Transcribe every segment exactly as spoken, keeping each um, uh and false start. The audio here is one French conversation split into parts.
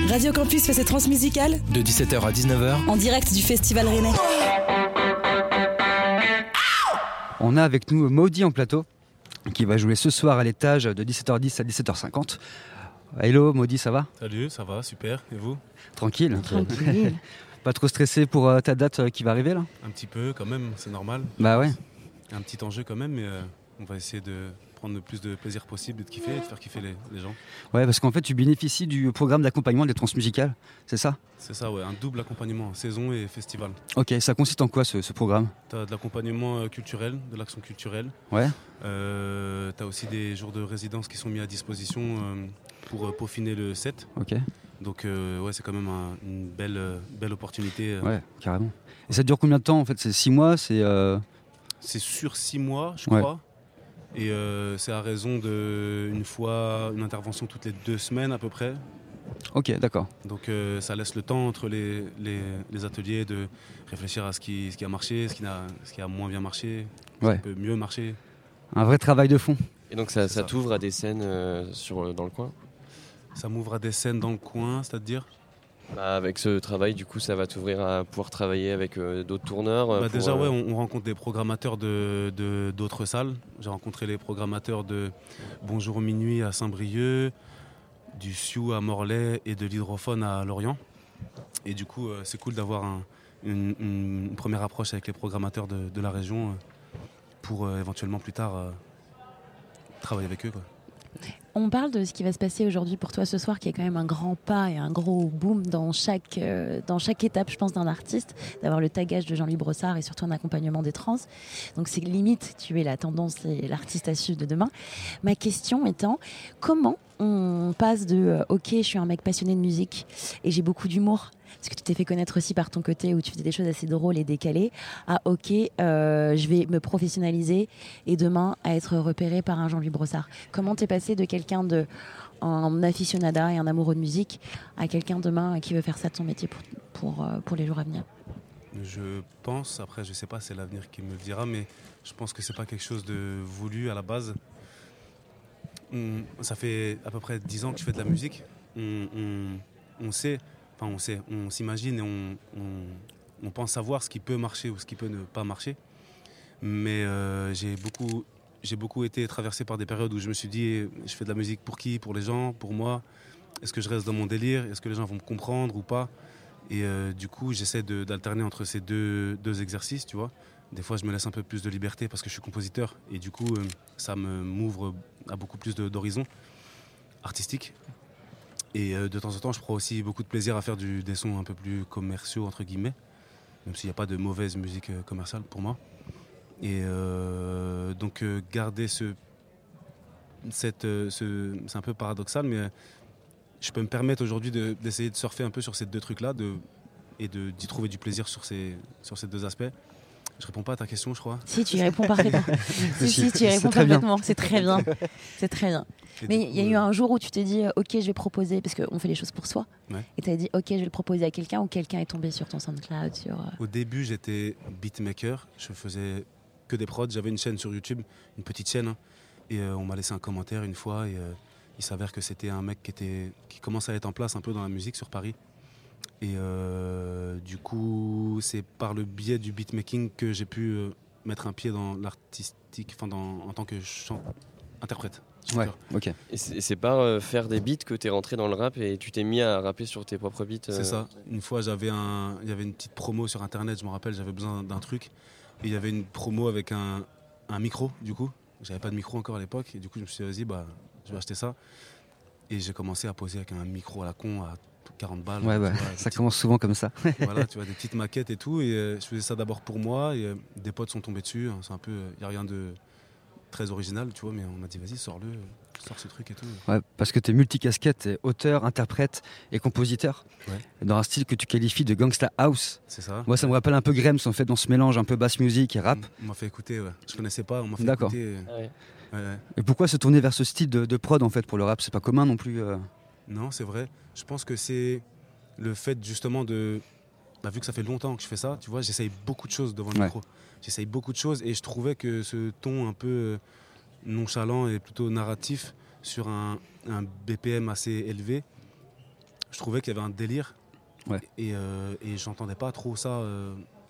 Radio Campus fait ses transmusicales de dix-sept heures à dix-neuf heures en direct du Festival Rennais. On a avec nous Maudie en plateau qui va jouer ce soir à l'étage de dix-sept heures dix à dix-sept heures cinquante. Hello Maudie, ça va ? Salut, ça va, super. Et vous ? Tranquille. Tranquille. Pas trop stressé pour euh, ta date euh, qui va arriver là ? Un petit peu quand même, c'est normal. Bah ouais. Un petit enjeu quand même, mais euh, on va essayer de prendre le plus de plaisir possible et de kiffer et de faire kiffer les, les gens. Ouais, parce qu'en fait tu bénéficies du programme d'accompagnement des transmusicales, c'est ça ? C'est ça, ouais, un double accompagnement, saison et festival. Ok, ça consiste en quoi ce, ce programme ? T'as de l'accompagnement euh, culturel, de l'action culturelle. Ouais. Euh, t'as aussi des jours de résidence qui sont mis à disposition euh, pour euh, peaufiner le set. Ok. Donc euh, ouais, c'est quand même un, une belle, euh, belle opportunité. Euh. Ouais, carrément. Et ça dure combien de temps en fait ? C'est six mois, c'est... Euh... C'est sur six mois, je Ouais. crois. Et euh, c'est à raison d'une fois, une intervention toutes les deux semaines à peu près. Ok, d'accord. Donc euh, ça laisse le temps entre les, les, les ateliers de réfléchir à ce qui, ce qui a marché, ce qui, n'a, ce qui a moins bien marché, ce Ouais. qui peut mieux marcher. Un vrai travail de fond. Et donc ça, C'est ça ça. t'ouvre à des scènes euh, sur, dans le coin ? Ça m'ouvre à des scènes dans le coin, c'est-à-dire Bah, avec ce travail, du coup, ça va t'ouvrir à pouvoir travailler avec euh, d'autres tourneurs. euh, bah, pour, Déjà, euh, ouais, on, on rencontre des programmateurs de, de, d'autres salles. J'ai rencontré les programmateurs de Bonjour Minuit à Saint-Brieuc, du Sioux à Morlaix et de l'Hydrophone à Lorient. Et du coup, euh, c'est cool d'avoir un, une, une première approche avec les programmateurs de, de la région euh, pour euh, éventuellement plus tard euh, travailler avec eux, quoi. On parle de ce qui va se passer aujourd'hui pour toi ce soir, qui est quand même un grand pas et un gros boom dans chaque, euh, dans chaque étape, je pense, d'un artiste, d'avoir le tagage de Jean-Louis Brossard et surtout un accompagnement des trans. Donc c'est limite, tu es la tendance et l'artiste à suivre de demain. Ma question étant, comment on passe de euh, « Ok, je suis un mec passionné de musique et j'ai beaucoup d'humour », parce que tu t'es fait connaître aussi par ton côté où tu faisais des choses assez drôles et décalées, à « Ok, euh, je vais me professionnaliser et demain à être repéré par un Jean-Louis Brossard ». Comment t'es passé de quelqu'un de un aficionada et un amoureux de musique à quelqu'un demain qui veut faire ça de son métier pour, pour, euh, pour les jours à venir ? Je pense, après je sais pas, c'est l'avenir qui me le dira, mais je pense que c'est pas quelque chose de voulu à la base. On, ça fait à peu près dix ans que je fais de la musique. On, on, on sait, enfin on sait, on s'imagine et on, on, on pense savoir ce qui peut marcher ou ce qui peut ne pas marcher. Mais euh, j'ai beaucoup, j'ai beaucoup été traversé par des périodes où je me suis dit, je fais de la musique pour qui ? Pour les gens ? Pour moi ? Est-ce que je reste dans mon délire ? Est-ce que les gens vont me comprendre ou pas ? Et euh, du coup, j'essaie de, d'alterner entre ces deux, deux exercices, tu vois. Des fois, je me laisse un peu plus de liberté parce que je suis compositeur. Et du coup, euh, ça me, m'ouvre à beaucoup plus de, d'horizons artistiques. Et euh, de temps en temps, je prends aussi beaucoup de plaisir à faire du, des sons un peu plus commerciaux, entre guillemets. Même s'il n'y a pas de mauvaise musique euh, commerciale pour moi. Et euh, donc, euh, garder ce... Cette, euh, ce c'est un peu paradoxal, mais... Euh, je peux me permettre aujourd'hui de, d'essayer de surfer un peu sur ces deux trucs-là de, et de, d'y trouver du plaisir sur ces, sur ces deux aspects. Je réponds pas à ta question, je crois. Si, tu y réponds parfaitement. si, si, tu y réponds très bien. parfaitement. C'est très bien. C'est très bien. Et Mais du il y a coup, eu euh, un jour où tu t'es dit, ok, je vais proposer, parce qu'on fait les choses pour soi. Ouais. Et tu as dit, ok, je vais le proposer à quelqu'un, ou quelqu'un est tombé sur ton SoundCloud, sur... euh, Au début, j'étais beatmaker. Je faisais que des prods. J'avais une chaîne sur YouTube, une petite chaîne. Hein, et euh, on m'a laissé un commentaire une fois. Et euh, il s'avère que c'était un mec qui, était, qui commençait à être en place un peu dans la musique sur Paris. Et euh, du coup, c'est par le biais du beatmaking que j'ai pu euh, mettre un pied dans l'artistique, enfin dans, en tant que chant, interprète. Ouais, chanteur. ok. Et c'est, et c'est par euh, faire des beats que t'es rentré dans le rap et tu t'es mis à rapper sur tes propres beats. euh, C'est ça. Une fois, j'avais un, il y avait une petite promo sur Internet, je me rappelle, j'avais besoin d'un truc. Et il y avait une promo avec un, un micro, du coup. J'avais pas de micro encore à l'époque. Et du coup, je me suis dit, vas-y, bah, je vais acheter ça. Et j'ai commencé à poser avec un micro à la con à quarante balles. Ouais, bah, tu vois, des ça petites- commence souvent comme ça. Voilà, tu vois, des petites maquettes et tout. Et euh, je faisais ça d'abord pour moi. Et euh, des potes sont tombés dessus. Hein, c'est un peu, il n'y a rien de très original, tu vois. Mais on m'a dit, vas-y, sors-le, sors ce truc et tout. Ouais, parce que tu es multicasquette, t'es auteur, interprète et compositeur. Ouais. Dans un style que tu qualifies de gangsta house. C'est ça. Moi, ça me rappelle un peu Grems, en fait, dans ce mélange un peu basse musique et rap. On m'a fait écouter, ouais. Je connaissais pas, on m'a fait D'accord. écouter. Ah ouais. Ouais, ouais. Et pourquoi se tourner vers ce style de, de prod, en fait, pour le rap ? C'est pas commun non plus. euh. Non, c'est vrai. Je pense que c'est le fait justement de... Bah, vu que ça fait longtemps que je fais ça, tu vois, j'essaye beaucoup de choses devant le Ouais. micro. J'essaye beaucoup de choses et je trouvais que ce ton un peu euh, nonchalant et plutôt narratif sur un, un B P M assez élevé, je trouvais qu'il y avait un délire. Ouais. Et, euh, et j'entendais pas trop ça euh,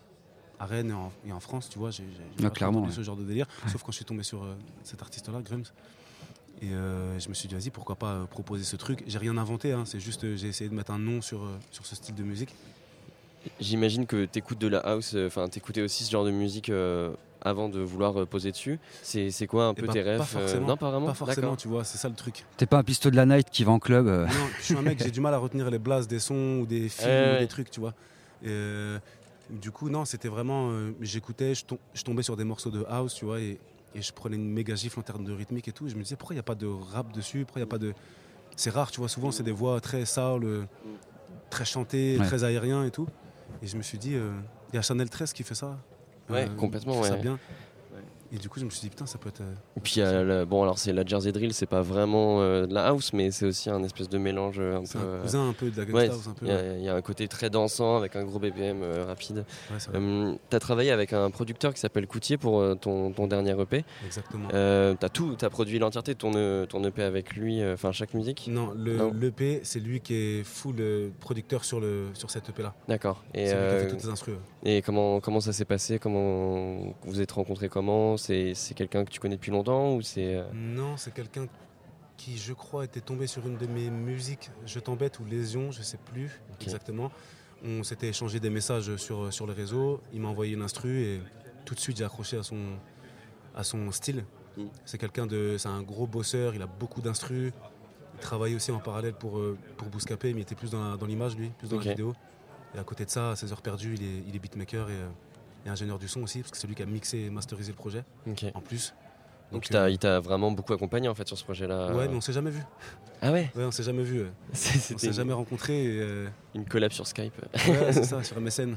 à Rennes et en, et en France, tu vois. J'ai, j'ai Non, pas clairement, entendu ouais. ce genre de délire. Sauf quand je suis tombé sur euh, cet artiste-là, Grums. Et euh, je me suis dit, vas-y, pourquoi pas euh, proposer ce truc. J'ai rien inventé, hein, c'est juste euh, j'ai essayé de mettre un nom sur, euh, sur ce style de musique. J'imagine que t'écoutes de la house, enfin euh, t'écoutais aussi ce genre de musique euh, avant de vouloir euh, poser dessus. C'est, c'est quoi un Et peu bah, tes rêves pas forcément, euh, Non, pas vraiment. Pas forcément, D'accord. tu vois, c'est ça le truc. T'es pas un pisto de la night qui va en club. euh. Non, je suis un mec, j'ai du mal à retenir les blasts des sons ou des films Ouais, ou ouais. des trucs, tu vois. Et, euh, du coup, non, c'était vraiment. euh, j'écoutais, je, tom- je tombais sur des morceaux de house, tu vois, et, et je prenais une méga gifle en termes de rythmique et tout. Et je me disais, pourquoi il n'y a pas de rap dessus? Pourquoi il y a pas de. C'est rare, tu vois, souvent c'est des voix très soul, euh, très chantées, Ouais. très aériens et tout. Et je me suis dit, il euh, y a Chanel treize qui fait ça. Ouais, complètement, qui fait ça ouais. bien. Et du coup, je me suis dit, putain, ça peut être. euh, Et puis, euh, le- bon, alors c'est la Jersey Drill, c'est pas vraiment euh, de la house, mais c'est aussi un espèce de mélange euh, un C'est peu. un euh, cousin un peu de la ouais, gangsta house, un peu. il y, Ouais, a- il y a un côté très dansant avec un gros B P M euh, rapide. Ouais, c'est vrai. Euh, t'as travaillé avec un producteur qui s'appelle Coutier pour euh, ton, ton dernier E P. Exactement. Euh, t'as tout, t'as produit l'entièreté de ton, euh, ton E P avec lui, enfin chaque musique. Non, le, Non. l'E P, c'est lui qui est full euh, producteur sur, le, sur cette E P-là. D'accord. Et, C'est lui qui a euh, fait toutes les instrus. et comment, comment ça s'est passé? Comment vous vous êtes rencontrés? Comment c'est, c'est quelqu'un que tu connais depuis longtemps ou c'est euh, Non, c'est quelqu'un qui, je crois, était tombé sur une de mes musiques, Je t'embête ou Lésion, je sais plus Ok. exactement. On s'était échangé des messages sur, sur les réseaux, il m'a envoyé une instru et tout de suite j'ai accroché à son, à son style. Mm. C'est quelqu'un de, c'est un gros bosseur, il a beaucoup d'instrus. Il travaille aussi en parallèle pour, euh, pour Bouscapé, mais il était plus dans, la- dans l'image lui, plus dans Ok. la vidéo. Et à côté de ça, à ses heures perdues, il est, il est beatmaker et, euh, et ingénieur du son aussi, parce que c'est lui qui a mixé et masterisé le projet Ok. en plus. Donc, Donc, il t'a- euh, il t'a vraiment beaucoup accompagné en fait sur ce projet-là. Ouais, mais on s'est jamais vu. Ah ouais. Ouais, on s'est jamais vu. ouais. C'est- On C'était s'est une, jamais rencontrés. Et, euh, une collab sur Skype. ouais, c'est ça, sur M S N.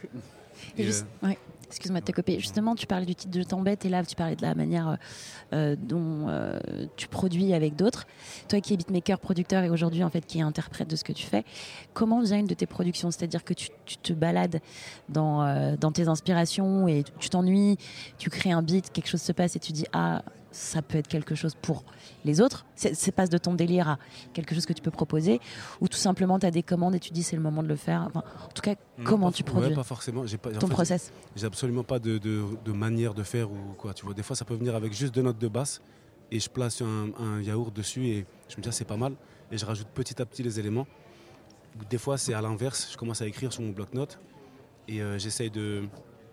Et Et, juste- euh, ouais. Excuse-moi de te couper. Justement, tu parlais du titre de Je t'embête et là, tu parlais de la manière euh, dont euh, tu produis avec d'autres. Toi qui es beatmaker, producteur et aujourd'hui en fait qui est interprète de ce que tu fais, comment vient une de tes productions? C'est-à-dire que tu, tu te balades dans, euh, dans tes inspirations et tu t'ennuies, tu crées un beat, quelque chose se passe et tu dis ah ça peut être quelque chose pour les autres. C'est, c'est passe de ton délire à quelque chose que tu peux proposer ou tout simplement tu as des commandes et tu dis c'est le moment de le faire. Enfin, en tout cas, non, comment pas tu for- produis Ouais, pas forcément. J'ai pas, en ton fait, process? J'ai absolument pas de, de, de manière de faire ou quoi. Tu vois, des fois, ça peut venir avec juste deux notes de basse et je place un, un yaourt dessus et je me dis ah, c'est pas mal et je rajoute petit à petit les éléments. Des fois, c'est à l'inverse. Je commence à écrire sur mon bloc-notes et euh, j'essaye de,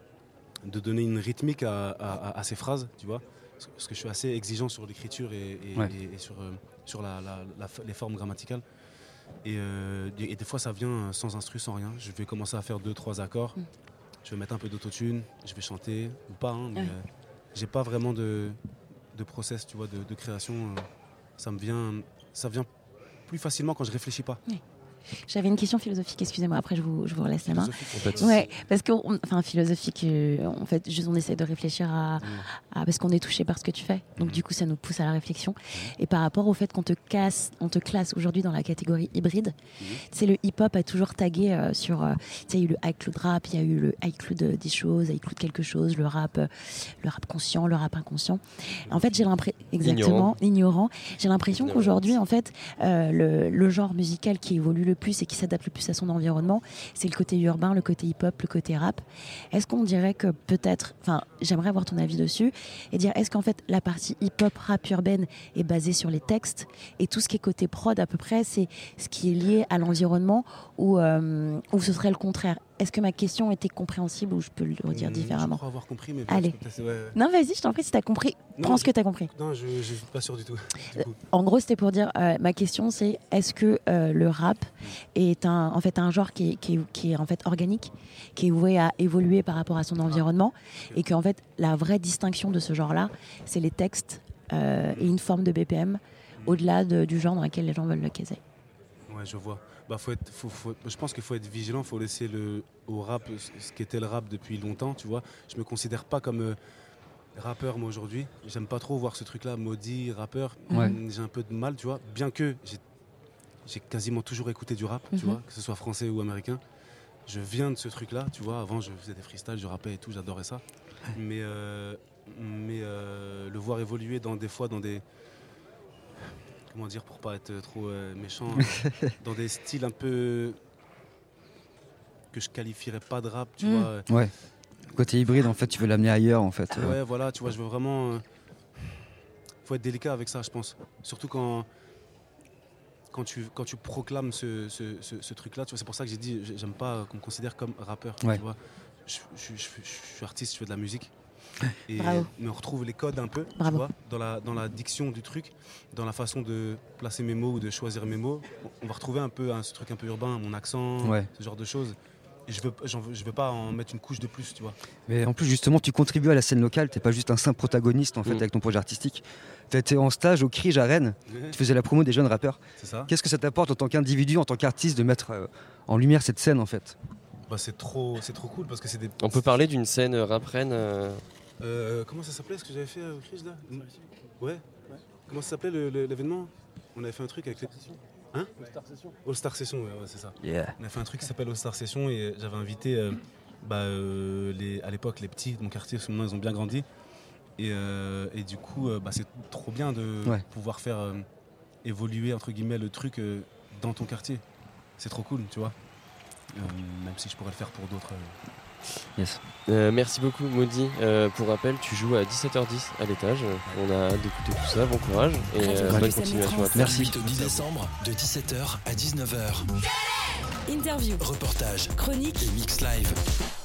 de donner une rythmique à, à, à ces phrases, tu vois. Parce que je suis assez exigeant sur l'écriture et, et, Ouais. et- et sur, euh, sur la, la- la- les formes grammaticales. Et, euh, et des fois, ça vient sans instru, sans rien. Je vais commencer à faire deux, trois accords. Mm. Je vais mettre un peu d'autotune. Je vais chanter ou pas. hein, mais Ouais. euh, j'ai pas vraiment de, de process, tu vois, de, de création. euh, ça me vient, ça vient plus facilement quand je réfléchis pas. J'avais une question philosophique, excusez-moi, après je vous, je vous relaisse la main. Philosophique. Pas de souci. Ouais, parce que, on- enfin, philosophique, euh, en fait, juste on essaie de réfléchir à, Mm. à- parce qu'on est touché par ce que tu fais. Donc, Mhm. du coup, ça nous pousse à la réflexion. Et par rapport au fait qu'on te casse, on te classe aujourd'hui dans la catégorie hybride, Mhm. c'est le hip-hop a toujours tagué euh, sur, euh, tu sais, il y a eu le iCloud rap, il y a eu le iCloud euh, des choses, iCloud quelque chose, le rap, euh, le rap conscient, le rap inconscient. En fait, j'ai l'impression, exactement, ignorant. J'ai l'impression Ignorance. qu'aujourd'hui, en fait, euh, le, le genre musical qui évolue le plus et qui s'adapte le plus à son environnement, c'est le côté urbain, le côté hip-hop, le côté rap. Est-ce qu'on dirait que peut-être, enfin, j'aimerais avoir ton avis dessus et dire, est-ce qu'en fait la partie hip-hop, rap urbaine est basée sur les textes et tout ce qui est côté prod à peu près, c'est ce qui est lié à l'environnement ou, euh, ou ce serait le contraire? Est-ce que ma question était compréhensible ou je peux le redire Mm, différemment? Je crois avoir compris, mais Allez. peut-être- ouais. Non, vas-y, je t'en prie, si t'as compris, Non, prends ce je- que t'as compris. Non, je ne suis pas sûr du tout. Du coup. En gros, c'était pour dire, euh, ma question c'est, est-ce que euh, le rap est un, en fait un genre qui est, qui, est, qui est en fait organique, qui est voué à évoluer par rapport à son environnement, ok. et qu'en fait la vraie distinction de ce genre-là, c'est les textes euh, et une forme de B P M au-delà de- du genre dans lequel les gens veulent le caser. Ouais, je vois. Bah, faut être, faut, faut- je pense qu'il faut être vigilant, il faut laisser le, au rap ce ce qu'était le rap depuis longtemps, tu vois. Je me considère pas comme euh, rappeur, moi, aujourd'hui. J'aime pas trop voir ce truc-là, maudit, rappeur. Ouais. Hum, J'ai un peu de mal, tu vois. Bien que j'ai, j'ai quasiment toujours écouté du rap, Mhm. tu vois, que ce soit français ou américain. Je viens de ce truc-là, tu vois. Avant, je faisais des freestyles, je rappais et tout, j'adorais ça. Mais, euh, mais euh, le voir évoluer dans des fois dans des comment dire pour pas être trop euh, méchant, dans des styles un peu que je qualifierais pas de rap, tu Mm. vois. Ouais. Côté hybride, en fait, tu veux l'amener ailleurs, en fait. euh. Ouais, voilà, tu vois, je veux vraiment. euh, faut être délicat avec ça, je pense. Surtout quand. Quand tu, quand tu proclames ce, ce, ce, ce truc-là, tu vois, c'est pour ça que j'ai dit, j'ai- j'aime pas qu'on me considère comme rappeur. Ouais. Tu vois. Je, je- je- je suis artiste, je fais de la musique. Et, Bravo. mais on retrouve les codes un peu, tu Bravo. vois, dans la, dans la diction du truc, dans la façon de placer mes mots ou de choisir mes mots. On va retrouver un peu hein, ce truc un peu urbain, mon accent, Ouais. ce genre de choses. Et je veux, j'en veux- je veux pas en mettre une couche de plus, tu vois. Mais en plus, justement, tu contribues à la scène locale. T'es pas juste un simple protagoniste, en fait, Mm. avec ton projet artistique. T'as été en stage au Crige à Rennes. Tu faisais la promo des jeunes rappeurs. C'est ça. Qu'est-ce que ça t'apporte en tant qu'individu, en tant qu'artiste, de mettre euh, en lumière cette scène, en fait? Bah, c'est trop, c'est trop cool parce que c'est des. On peut parler d'une scène rap Rennes euh, Euh, comment ça s'appelait ce que j'avais fait au Crige là Ouais. Comment ça s'appelait le- le- l'événement On avait fait un truc avec les. Hein All Star Session, ouais, ouais, c'est ça. Yeah. On a fait un truc qui s'appelle All Star Session et j'avais invité euh, bah, euh, les, à l'époque les petits de mon quartier, parce que maintenant ils ont bien grandi. Et, euh, et du coup, euh, bah, c'est trop bien de Ouais. pouvoir faire euh, évoluer entre guillemets le truc euh, dans ton quartier. C'est trop cool, tu vois. Euh, même si je pourrais le faire pour d'autres. euh. Yes. Euh, merci beaucoup Maudit. Euh, pour rappel, tu joues à dix-sept heures dix à l'étage. On a hâte d'écouter tout ça. Bon courage et Radio euh, Campus bonne Amé continuation à Trans. toi. Merci. huit au dix décembre, de dix-sept heures à dix-neuf heures. Interview, Reportage chronique, et mix live.